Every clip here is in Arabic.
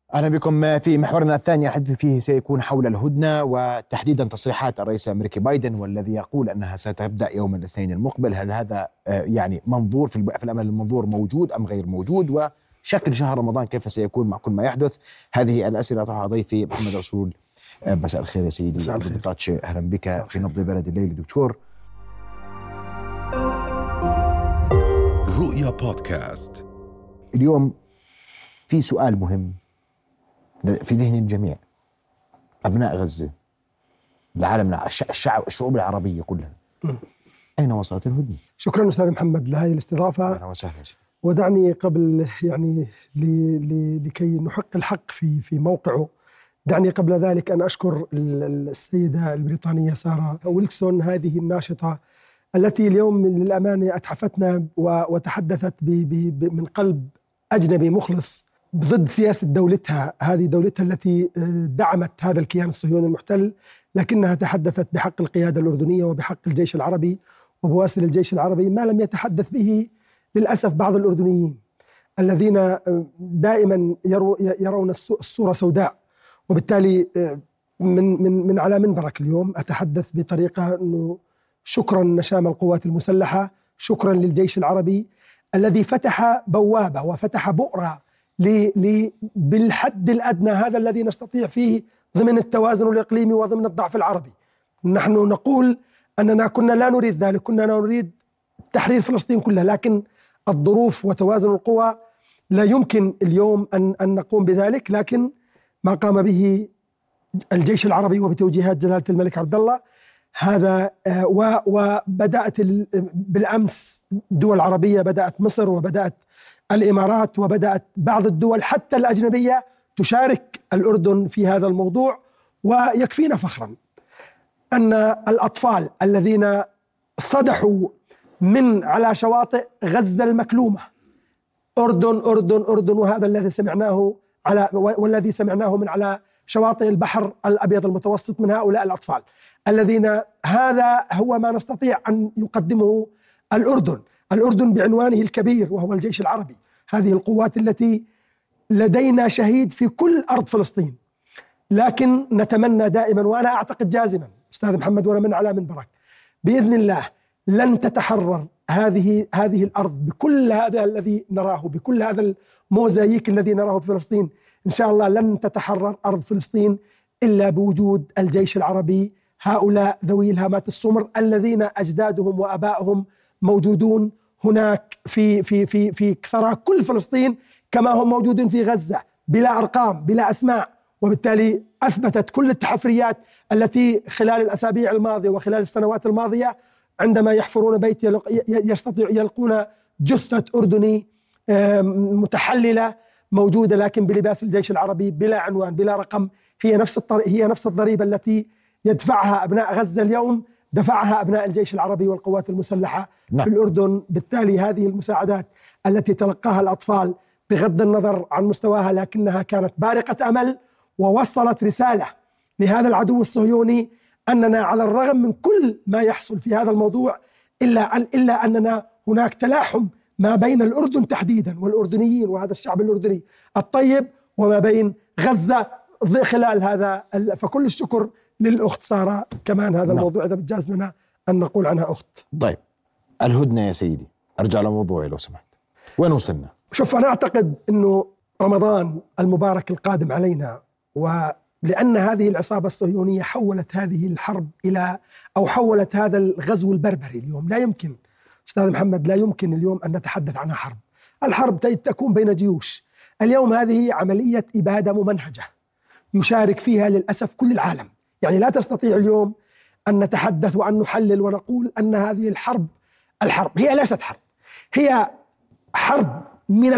أهلا بكم في محورنا الثاني الحديث فيه سيكون حول الهدنة وتحديدا تصريحات الرئيس الأمريكي بايدن والذي يقول أنها ستبدأ يوم الاثنين المقبل. هل هذا يعني منظور في الأمل المنظور موجود أم غير موجود؟ وشكل شهر رمضان كيف سيكون مع كل ما يحدث؟ هذه الأسئلة أطرحها ضيفي محمد رسول. مساء الخير يا سيدي. مساء الخير. أهلا بك في نبض بلد الليل دكتور. رؤيا بودكاست. اليوم في سؤال مهم في ذهن الجميع، أبناء غزة، العالم، الشعوب العربية كلها، أين وصلت الهدنة؟ شكرا أستاذ محمد لهذه الاستضافة. أهلا وسهلا. ودعني قبل لكي نحق الحق في موقعه، دعني قبل ذلك أن أشكر السيدة البريطانية سارة ويلكسون، هذه الناشطة التي اليوم للأمانة أتحفتنا وتحدثت من قلب أجنبي مخلص ضد سياسة دولتها، هذه دولتها التي دعمت هذا الكيان الصهيوني المحتل، لكنها تحدثت بحق القيادة الأردنية وبحق الجيش العربي وبواسل الجيش العربي ما لم يتحدث به للأسف بعض الأردنيين الذين دائما يرون الصورة سوداء. وبالتالي من على منبرك اليوم أتحدث بطريقة أنه شكرا نشام القوات المسلحة، شكرا للجيش العربي الذي فتح بوابة وفتح بؤرة بالحد الأدنى هذا الذي نستطيع فيه ضمن التوازن الإقليمي وضمن الضعف العربي. نحن نقول أننا كنا لا نريد ذلك، كنا نريد تحرير فلسطين كلها، لكن الظروف وتوازن القوى لا يمكن اليوم أن نقوم بذلك. لكن ما قام به الجيش العربي وبتوجيهات جلالة الملك عبد الله هذا، وبدأت بالأمس دول عربية، بدأت مصر وبدأت الإمارات وبدأت بعض الدول حتى الأجنبية تشارك الأردن في هذا الموضوع. ويكفينا فخرا أن الأطفال الذين صدحوا من على شواطئ غزة المكلومة أردن أردن أردن، وهذا الذي سمعناه والذي سمعناه من على شواطئ البحر الأبيض المتوسط من هؤلاء الأطفال الذين هذا هو ما نستطيع أن يقدمه الأردن بعنوانه الكبير وهو الجيش العربي، هذه القوات التي لدينا شهيد في كل أرض فلسطين. لكن نتمنى دائما، وأنا أعتقد جازما أستاذ محمد وأنا من على منبرك، بإذن الله لن تتحرر هذه الأرض بكل هذا الذي نراه، بكل هذا الموزايك الذي نراه في فلسطين. إن شاء الله لن تتحرر أرض فلسطين إلا بوجود الجيش العربي، هؤلاء ذوي الهامات السمر الذين أجدادهم وأبائهم موجودون هناك في ثرى كل فلسطين كما هم موجودين في غزة، بلا أرقام بلا أسماء. وبالتالي أثبتت كل التحفريات التي خلال الأسابيع الماضية وخلال السنوات الماضية عندما يحفرون بيت يلقون جثة أردني متحللة موجودة لكن بلباس الجيش العربي، بلا عنوان بلا رقم. هي نفس الضريبة التي يدفعها أبناء غزة اليوم دفعها أبناء الجيش العربي والقوات المسلحة في الأردن. بالتالي هذه المساعدات التي تلقاها الأطفال بغض النظر عن مستواها لكنها كانت بارقة أمل، ووصلت رسالة لهذا العدو الصهيوني أننا على الرغم من كل ما يحصل في هذا الموضوع إلا أننا هناك تلاحم ما بين الأردن تحديدا والأردنيين وهذا الشعب الأردني الطيب وما بين غزة خلال هذا. فكل الشكر للأخت سارة كمان هذا الموضوع إذا بتجاز لنا أن نقول عنها أخت. طيب الهدنة يا سيدي، أرجع لموضوعي لو سمحت، وين وصلنا؟ شوف، أنا أعتقد أنه رمضان المبارك القادم علينا، ولأن هذه العصابة الصهيونية حولت هذه الحرب أو حولت هذا الغزو البربري اليوم، لا يمكن أستاذ محمد، لا يمكن اليوم أن نتحدث عنها حرب. الحرب تكون بين جيوش. اليوم هذه عملية إبادة ممنهجة يشارك فيها للأسف كل العالم. يعني لا تستطيع اليوم أن نتحدث وأن نحلل ونقول أن هذه الحرب هي ليست حرب، هي حرب من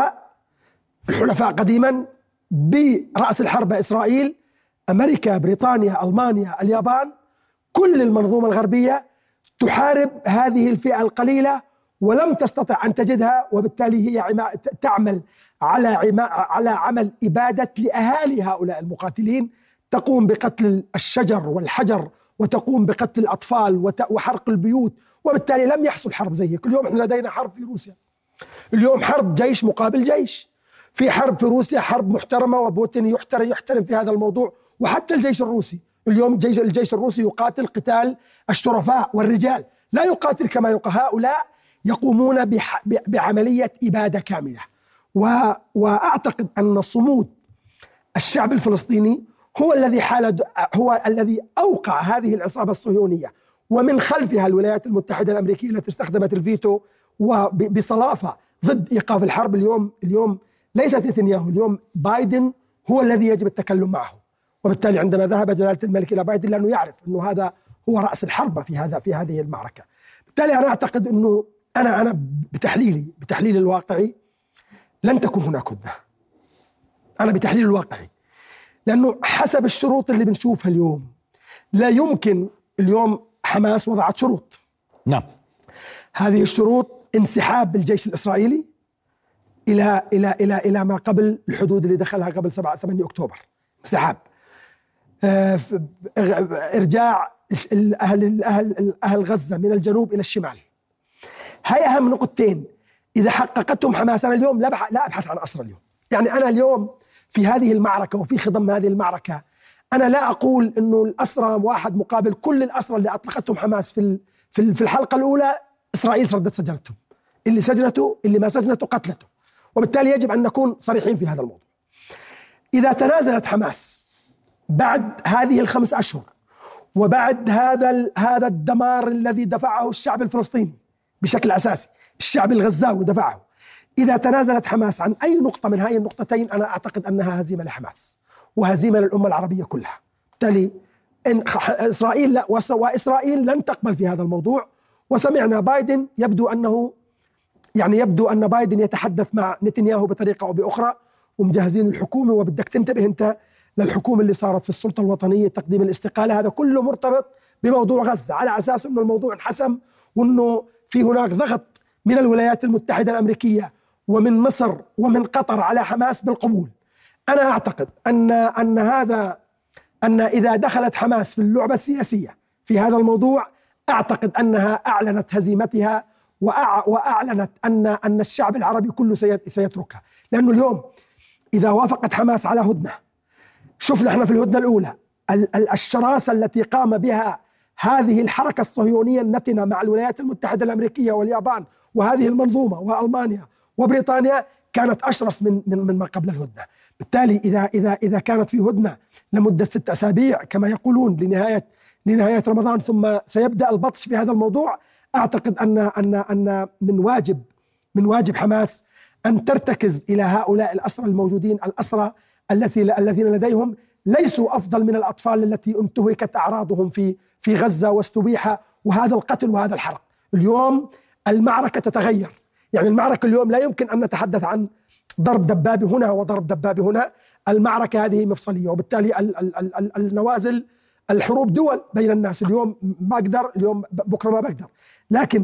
الحلفاء قديما، برأس الحرب إسرائيل، أمريكا، بريطانيا، ألمانيا، اليابان، كل المنظومة الغربية تحارب هذه الفئة القليلة ولم تستطع أن تجدها. وبالتالي هي تعمل على عمل إبادة لأهالي هؤلاء المقاتلين، تقوم بقتل الشجر والحجر وتقوم بقتل الأطفال وحرق البيوت. وبالتالي لم يحصل حرب زي كل يوم. احنا لدينا حرب في روسيا اليوم، حرب جيش مقابل جيش. في حرب في روسيا، حرب محترمة، وبوتين يحترم في هذا الموضوع. وحتى الجيش الروسي اليوم، الجيش الروسي يقاتل قتال الشرفاء والرجال، لا يقاتل كما هؤلاء يقومون بعملية إبادة كاملة. وأعتقد أن صمود الشعب الفلسطيني هو الذي أوقع هذه العصابة الصهيونية، ومن خلفها الولايات المتحدة الأمريكية التي استخدمت الفيتو وبصلافة ضد إيقاف الحرب. اليوم ليست نتنياهو، اليوم بايدن هو الذي يجب التكلم معه. وبالتالي عندما ذهب جلالة الملك إلى بايدن، لأنه يعرف أنه هذا هو رأس الحرب في هذه المعركة. بالتالي أنا أعتقد أنه أنا بتحليلي الواقعي لن تكون هناك هدنة. أنا بتحليل الواقعي، لأنه حسب الشروط اللي بنشوفها اليوم لا يمكن. اليوم حماس وضعت شروط. نعم. هذه الشروط انسحاب الجيش الإسرائيلي إلى ما قبل الحدود اللي دخلها قبل 7-8 أكتوبر، انسحاب، إرجاع أهل غزة من الجنوب إلى الشمال. هاي أهم نقطتين إذا حققتهم حماس. أنا اليوم لا أبحث عن أسرى اليوم. يعني أنا اليوم في هذه المعركة وفي خضم هذه المعركة، أنا لا أقول إنه الأسرى واحد مقابل كل الأسرى اللي أطلقتهم حماس في الحلقة الأولى. إسرائيل ردت سجنتهم، اللي سجنته اللي ما سجنته قتلته. وبالتالي يجب أن نكون صريحين في هذا الموضوع. إذا تنازلت حماس بعد هذه ال5 أشهر وبعد هذا الدمار الذي دفعه الشعب الفلسطيني بشكل أساسي، الشعب الغزاوي دفعه، إذا تنازلت حماس عن أي نقطة من هذه النقطتين، أنا أعتقد أنها هزيمة لحماس وهزيمة للأمة العربية كلها. بالتالي إسرائيل لا، وإسرائيل لن تقبل في هذا الموضوع. وسمعنا بايدن يبدو أن بايدن يتحدث مع نتنياهو بطريقة أو بأخرى، ومجهزين الحكومة. وبدك تنتبه أنت للحكومة اللي صارت في السلطة الوطنية، تقديم الاستقالة، هذا كله مرتبط بموضوع غزة، على أساس أنه الموضوع انحسم، وأنه في هناك ضغط من الولايات المتحدة الأمريكية ومن مصر ومن قطر على حماس بالقبول. أنا أعتقد أن إذا دخلت حماس في اللعبة السياسية في هذا الموضوع، أعتقد أنها أعلنت هزيمتها، وأعلنت أن الشعب العربي كله سيتركها. لأنه اليوم إذا وافقت حماس على هدنة، شفنا احنا في الهدنة الأولى الشراسة التي قام بها هذه الحركة الصهيونية النتنة مع الولايات المتحدة الأمريكية واليابان وهذه المنظومة وألمانيا وبريطانيا، كانت أشرس من ما قبل الهدنة. بالتالي إذا كانت في هدنة لمدة 6 أسابيع كما يقولون لنهاية رمضان، ثم سيبدأ البطش في هذا الموضوع، أعتقد أن من واجب حماس أن ترتكز إلى هؤلاء الأسرى الموجودين، الأسرى الذين لديهم ليسوا أفضل من الأطفال التي انتهكت أعراضهم في غزة واستبيح، وهذا القتل وهذا الحرق. اليوم المعركة تتغير. يعني المعركة اليوم لا يمكن أن نتحدث عن ضرب دبابي هنا وضرب دبابي هنا. المعركة هذه مفصلية، وبالتالي النوازل، الحروب دول بين الناس. اليوم ما أقدر، اليوم بكرة ما بقدر. لكن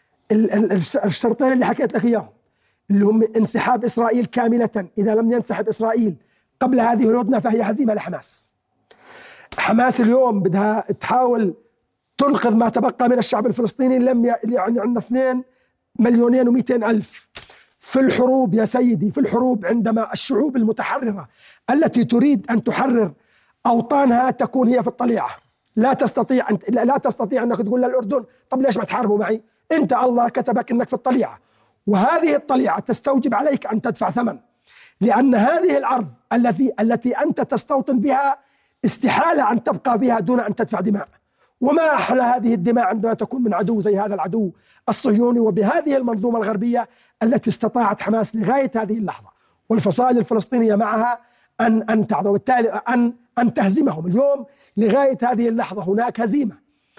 الشرطين اللي حكيت لك إياهم اللي هم انسحاب إسرائيل كاملة، إذا لم ينسحب إسرائيل قبل هذه الهدنة فهي هزيمة لحماس. حماس اليوم بدها تحاول تنقذ ما تبقى من الشعب الفلسطيني. يعني عندنا 2,200,000 في الحروب يا سيدي، في الحروب، عندما الشعوب المتحررة التي تريد أن تحرر أوطانها تكون هي في الطليعة. لا تستطيع أنك تقول للأردن طب ليش ما تحاربوا معي؟ أنت الله كتبك أنك في الطليعة، وهذه الطليعة تستوجب عليك أن تدفع ثمن، لأن هذه الأرض التي أنت تستوطن بها استحالة أن تبقى بها دون أن تدفع دماء. وما أحلى هذه الدماء عندما تكون من عدو زي هذا العدو الصهيوني، وبهذه المنظومة الغربية التي استطاعت حماس لغاية هذه اللحظة والفصائل الفلسطينية معها أن تعد، وبالتالي أن تهزمهم. اليوم لغاية هذه اللحظة هناك هزيمة،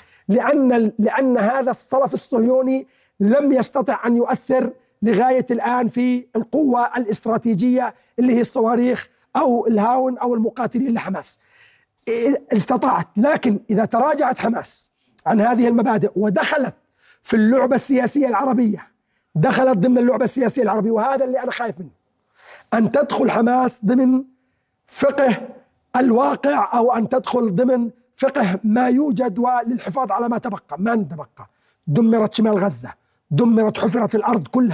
لأن هذا الصلف الصهيوني لم يستطع أن يؤثر لغاية الآن في القوة الاستراتيجية اللي هي الصواريخ أو الهاون أو المقاتلين لحماس. استطاعت، لكن إذا تراجعت حماس عن هذه المبادئ ودخلت في اللعبة السياسية العربية، دخلت ضمن اللعبة السياسية العربية، وهذا اللي أنا خايف منه، أن تدخل حماس ضمن فقه الواقع، أو أن تدخل ضمن فقه ما يوجد وللحفاظ على ما تبقى. من تبقى؟ دمرت شمال غزة، دمرت، حفرت الأرض كلها،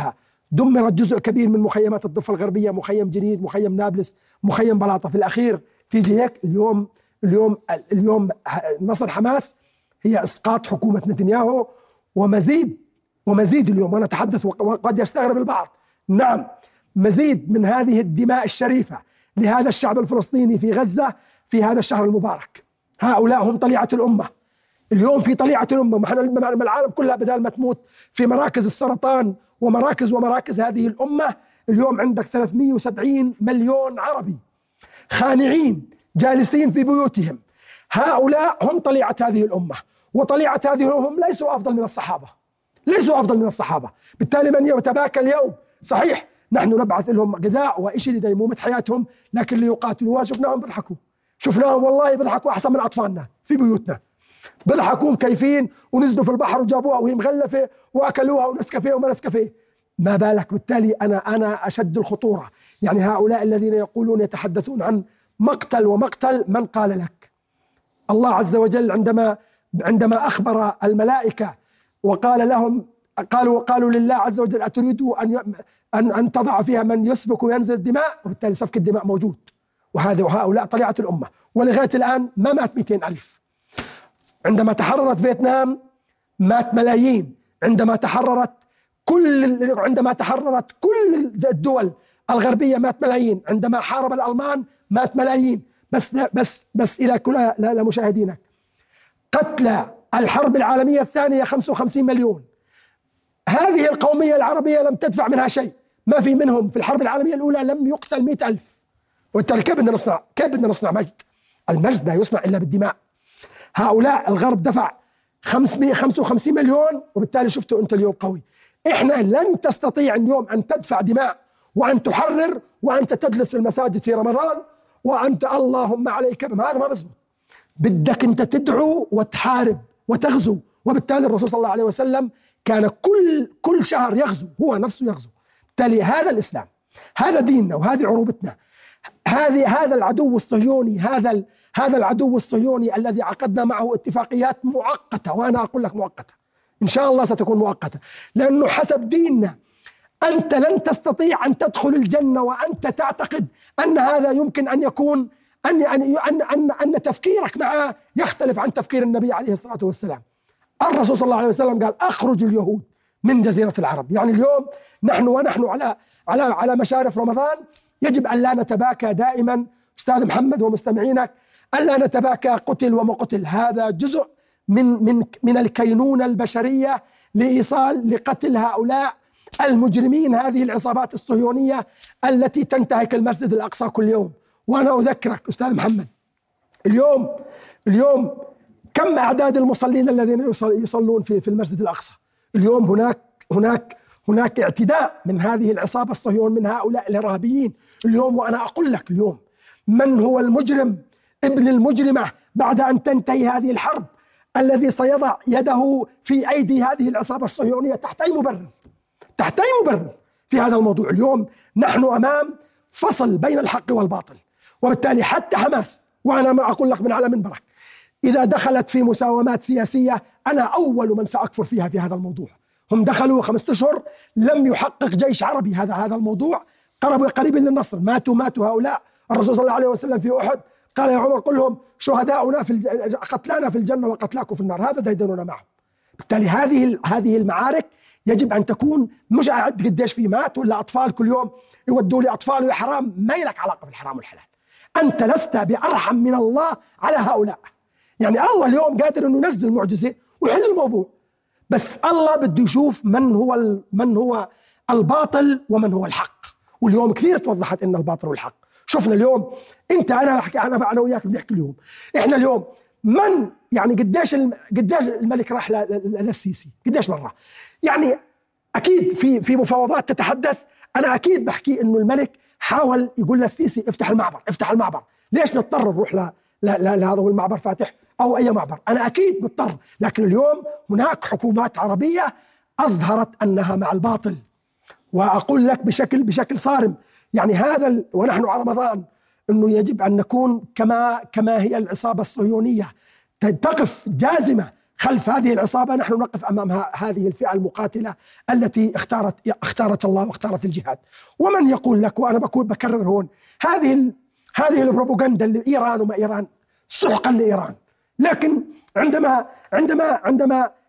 دمرت جزء كبير من مخيمات الضفة الغربية، مخيم جنين، مخيم نابلس، مخيم بلاطة. في الأخير تيجي هيك اليوم نصر حماس هي إسقاط حكومة نتنياهو ومزيد اليوم. وأنا أتحدث وقد يستغرب البعض، نعم، مزيد من هذه الدماء الشريفة لهذا الشعب الفلسطيني في غزة في هذا الشهر المبارك. هؤلاء هم طليعة الأمة. اليوم في طليعة الأمة، ما العالم كلها بدل ما تموت في مراكز السرطان ومراكز هذه الأمة، اليوم عندك 370 مليون عربي خانعين جالسين في بيوتهم. هؤلاء هم طليعة هذه الأمة، وطليعة هذه الأمة ليسوا أفضل من الصحابة. بالتالي من يتباكى اليوم، صحيح نحن نبعث لهم غذاء وإشي لديمومة حياتهم، لكن ليقاتلوا شفناهم بيضحكوا، شفناهم والله بيضحكوا أحسن من أطفالنا في بيوتنا، بيضحكوا مكيفين ونزلوا في البحر وجابوها وهي مغلفة وأكلوها ونسكافيه وما نسكافيه، ما بالك. بالتالي أنا أشد الخطورة. يعني هؤلاء الذين يقولون يتحدثون عن مقتل من قال لك؟ الله عز وجل عندما أخبر الملائكة وقال لهم قالوا لله عز وجل أتريدوا أن تضع فيها من يسفك وينزل الدماء، وبالتالي سفك الدماء موجود. وهؤلاء طليعة الأمة، ولغاية الآن ما مات 200,000. عندما تحررت فيتنام مات ملايين، عندما تحررت كل الدول الغربية مات ملايين، عندما حارب الألمان مات ملايين. بس إلى كل مشاهدينك، قتلى الحرب العالمية الثانية 55 مليون. هذه القومية العربية لم تدفع منها شيء، ما في منهم في الحرب العالمية الأولى لم يقتل 100,000. وبالتالي كيف بدنا نصنع مجد؟ المجد لا يصنع إلا بالدماء. هؤلاء الغرب دفع 555 مليون، وبالتالي شفتوا أنت اليوم قوي. إحنا لن تستطيع اليوم أن تدفع دماء وأن تحرر وأنت تجلس في المساجد في رمضان وأنت اللهم عليك بما، هذا ما بزبط. بدك أنت تدعو وتحارب وتغزو. وبالتالي الرسول صلى الله عليه وسلم كان كل شهر يغزو، هو نفسه يغزو. بالتالي هذا الإسلام، هذا ديننا وهذه عروبتنا. هذا العدو الصهيوني، هذا العدو الصهيوني الذي عقدنا معه اتفاقيات مؤقتة، وأنا أقول لك مؤقتة، إن شاء الله ستكون مؤقتة، لأنه حسب ديننا أنت لن تستطيع أن تدخل الجنة وأنت تعتقد أن هذا يمكن أن يكون أن تفكيرك معه يختلف عن تفكير النبي عليه الصلاة والسلام. الرسول صلى الله عليه وسلم قال أخرج اليهود من جزيرة العرب. يعني اليوم ونحن على مشارف رمضان يجب أن لا نتباكى دائما، أستاذ محمد ومستمعينك، أن لا نتباكى قتل وما قتل. هذا جزء من الكينونة البشرية لقتل هؤلاء المجرمين، هذه العصابات الصهيونية التي تنتهك المسجد الأقصى كل يوم. وأنا أذكرك أستاذ محمد، اليوم كم أعداد المصلين الذين يصلون في المسجد الأقصى؟ اليوم هناك اعتداء من هذه العصابة الصهيون، من هؤلاء الإرهابيين اليوم. وأنا أقول لك اليوم من هو المجرم ابن المجرمة بعد أن تنتهي هذه الحرب، الذي سيضع يده في أيدي هذه العصابة الصهيونية تحت أي مبرر في هذا الموضوع. اليوم نحن أمام فصل بين الحق والباطل، وبالتالي حتى حماس، وأنا ما أقول لك من على منبرك، إذا دخلت في مساومات سياسية أنا أول من سأكفر فيها في هذا الموضوع. هم دخلوا 5 أشهر لم يحقق جيش عربي هذا الموضوع، قريب للنصر، ماتوا هؤلاء. الرسول صلى الله عليه وسلم في أحد قال يا عمر قل لهم شهداؤنا قتلانا في الجنة وقتلاكم في النار، هذا ديدننا معهم. بالتالي هذه المعارك يجب أن تكون مش أعد قديش في مات ولا أطفال كل يوم يودوا لي أطفال، يا حرام، ما لك علاقة بالحرام والحلال. أنت لست بأرحم من الله على هؤلاء. يعني الله اليوم قادر أنه ينزل معجزة ويحل الموضوع، بس الله بده يشوف من هو الباطل ومن هو الحق. واليوم كثير توضحت إن الباطل والحق. شفنا اليوم أنا وياك بنحكي اليوم، إحنا اليوم يعني قديش الملك راح للسيسي، قديش مرة. يعني أكيد في مفاوضات تتحدث، أنا أكيد بحكي إنه الملك حاول يقول للسيسي افتح المعبر. ليش نضطر نروح لهذا المعبر فاتح أو أي معبر؟ أنا أكيد مضطر، لكن اليوم هناك حكومات عربية أظهرت أنها مع الباطل. وأقول لك بشكل صارم، يعني ونحن على رمضان، أنه يجب أن نكون كما هي العصابة الصهيونية، تقف جازمة خلف هذه العصابة، نحن نقف أمام هذه الفئة المقاتلة التي اختارت الله واختارت الجهاد. ومن يقول لك، وأنا بكرر هون، هذه البروباغندا اللي إيران وما إيران سحقا لإيران، لكن عندما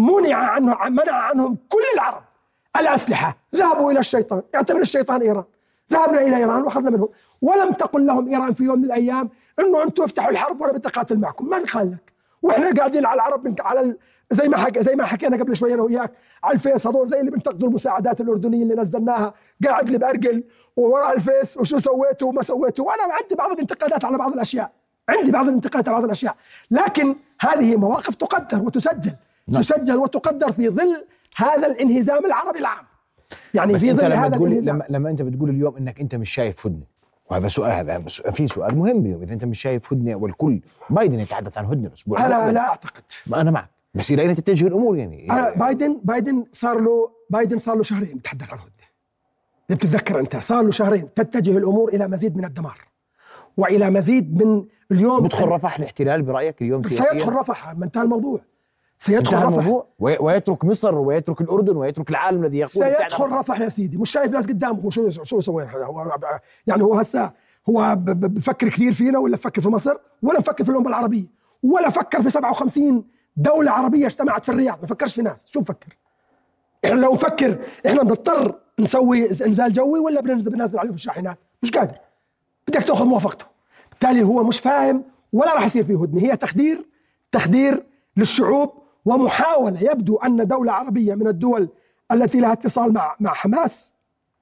منع عنهم كل العرب الأسلحة ذهبوا إلى الشيطان، اعتبر الشيطان إيران، ذهبنا إلى إيران وأخذنا منهم، ولم تقل لهم إيران في يوم من الأيام إنه أنتم افتحوا الحرب وأنا بدي أقاتل معكم. من قال لك؟ وإحنا قاعدين على العرب زي ما حكينا قبل شوي أنا وياك على الفيس، هذول زي اللي بنتقدوا المساعدات الأردنية اللي نزلناها، قاعد لي بأرجل ووراء الفيس وشو سويتوا وما سويتوا. وأنا عندي بعض الانتقادات على بعض الأشياء، لكن هذه مواقف تقدر وتسجل، تسجل وتقدر في ظل هذا الانهزام العربي العام. يعني في ظل هذا الانهزام. لما انت بتقول اليوم انك انت مش شايف هدنه، وهذا سؤال، هذا في سؤال مهم اليوم، اذا انت مش شايف هدنه والكل بايدن يتحدث عن هدنه الاسبوع، انا لا اعتقد، انا معك، بس الى اين تتجه الامور يعني؟ بايدن صار له شهرين يتحدث عن هدنه. تتذكر انت صار له شهرين تتجه الامور الى مزيد من الدمار والى مزيد من اليوم. بدخل رفح الاحتلال برايك اليوم سياسيا؟ سيدخل رفح، ما انتهى الموضوع. سيدخل رفح ويترك مصر ويترك الأردن ويترك العالم الذي يقول سيدخل رفح يا سيدي. مش شايف ناس قدامه شو سوينا احنا؟ هو هسه هو بفكر كثير فينا، ولا بفكر في مصر، ولا بفكر في الأمة العربية، ولا فكر في 57 دولة عربية اجتمعت في الرياض. ما فكرش في ناس. شو بفكر؟ احنا لو نفكر احنا بنضطر نسوي انزال جوي ولا بننزل عليه في الشاحنات؟ مش قادر، بدك تاخذ موافقته. بالتالي هو مش فاهم ولا راح يصير فيه هدنة. هي تخدير للشعوب، ومحاولة يبدو أن دولة عربية من الدول التي لها اتصال مع حماس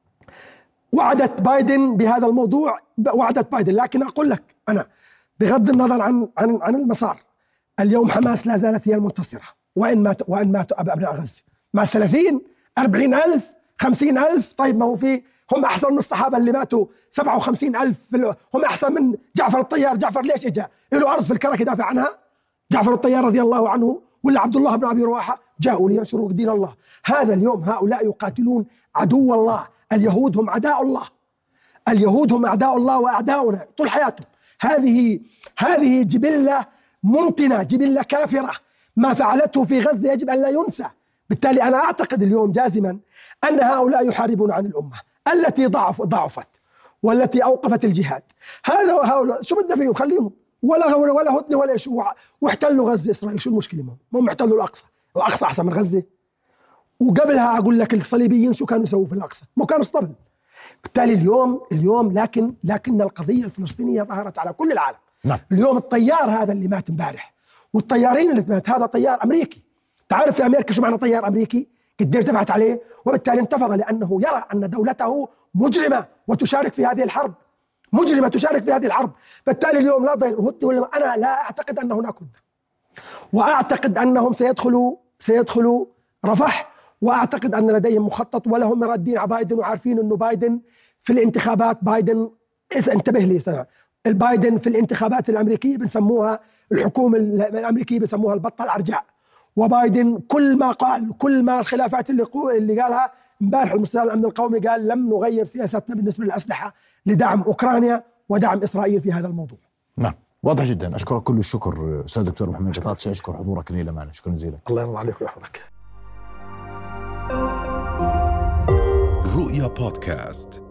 وعدت بايدن بهذا الموضوع، لكن أقول لك أنا بغض النظر عن المسار، اليوم حماس لا زالت هي المنتصرة، وإن ماتوا أبناء غزة مع 30 40 ألف 50 ألف. طيب ما هو هم أحسن من الصحابة اللي ماتوا 57 ألف، هم أحسن من جعفر الطيار. جعفر ليش إجا له أرض في الكرك يدافع عنها؟ جعفر الطيار رضي الله عنه، ولا عبد الله بن أبي رواحة جاءوا لينشروا دين الله. هذا اليوم هؤلاء يقاتلون عدو الله. اليهود هم أعداء الله، اليهود هم أعداء الله وأعداؤنا طول حياتهم. هذه جبلة منتنة، جبلة كافرة. ما فعلته في غزة يجب أن لا ينسى. بالتالي أنا أعتقد اليوم جازما أن هؤلاء يحاربون عن الأمة التي ضعفت والتي أوقفت الجهاد. هؤلاء شو بدنا فيهم؟ خليهم، ولا هدنة ولا شيء. واحتلوا غزة إسرائيل، شو المشكلة؟ ما هم احتلوا الأقصى أحسن من غزة. وقبلها أقول لك الصليبيين شو كانوا يسووا في الأقصى؟ ما كانوا اسطبل. بالتالي اليوم لكن القضية الفلسطينية ظهرت على كل العالم. نعم. اليوم الطيار هذا اللي مات امبارح، والطيارين اللي مات، هذا طيار أمريكي. تعرف في أمريكا شو معنى طيار أمريكي؟ قديش دفعت عليه؟ وبالتالي انتفض لأنه يرى أن دولته مجرمة وتشارك في هذه الحرب، بالتالي اليوم لا ضير هدنة ولا أنا لا أعتقد أن هناك هدنة، وأعتقد أنهم سيدخلوا رفح، وأعتقد أن لديهم مخطط، ولا هم رادين على بايدن وعارفين أنه بايدن في الانتخابات، انتبه لي، البايدن في الانتخابات الأمريكية بنسموها، الحكومة الأمريكية بنسموها البطة العرجاء. وبايدن كل ما الخلافات اللي قالها امبارح المستشار الأمن القومي قال لم نغير سياستنا بالنسبة للأسلحة لدعم أوكرانيا ودعم إسرائيل في هذا الموضوع. نعم، واضح جدا. أشكرك كل الشكر أستاذ دكتور محمد جطاطس، أشكر حضورك الليلة معنا، شكرا جزيلا. الله يرضى عليك ويحفظك. رؤيا بودكاست.